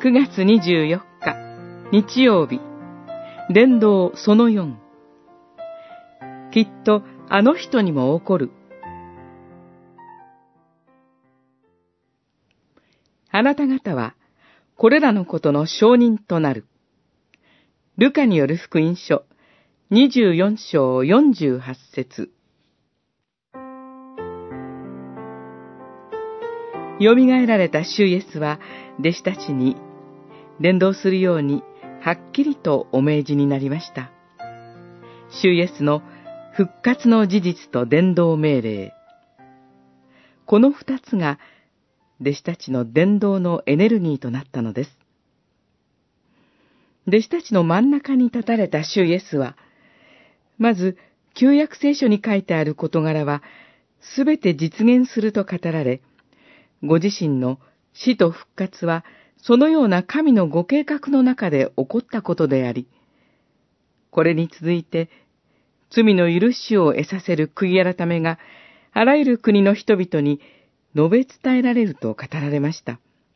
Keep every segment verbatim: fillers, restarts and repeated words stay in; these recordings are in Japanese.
くがつにじゅうよっか日曜日、伝道そのよん。きっとあの人にも起こる。あなた方はこれらのことの証人となる。ルカによる福音書にじゅうよんしょうよんじゅうはちせつ。よみがえられた主イエスは弟子たちに伝道するようにはっきりとお命じになりました。主イエスの復活の事実と伝道命令。この二つが弟子たちの伝道のエネルギーとなったのです。弟子たちの真ん中に立たれた主イエスは、まず旧約聖書に書いてある事柄はすべて実現すると語られ、ご自身の死と復活はそのような神のご計画の中で起こったことであり、これに続いて罪の許しを得させる悔い改めがあらゆる国の人々に述べ伝えられると語られました。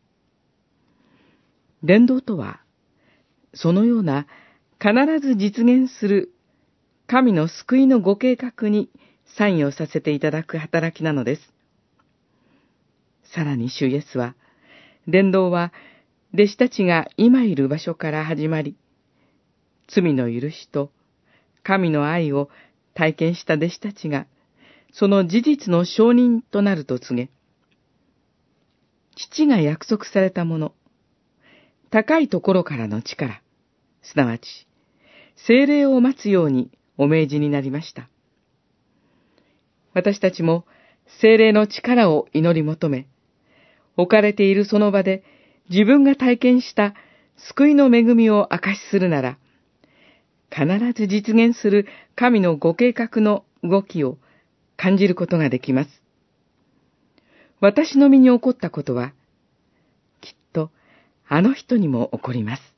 伝道とは、そのような必ず実現する神の救いのご計画に参与させていただく働きなのです。さらに主イエスは、伝道は弟子たちが今いる場所から始まり、罪の許しと神の愛を体験した弟子たちが、その事実の証人となると告げ、父が約束されたもの、高いところからの力、すなわち、聖霊を待つようにお命じになりました。私たちも聖霊の力を祈り求め、置かれているその場で自分が体験した救いの恵みを証しするなら、必ず実現する神のご計画の動きを感じることができます。私の身に起こったことは、きっとあの人にも起こります。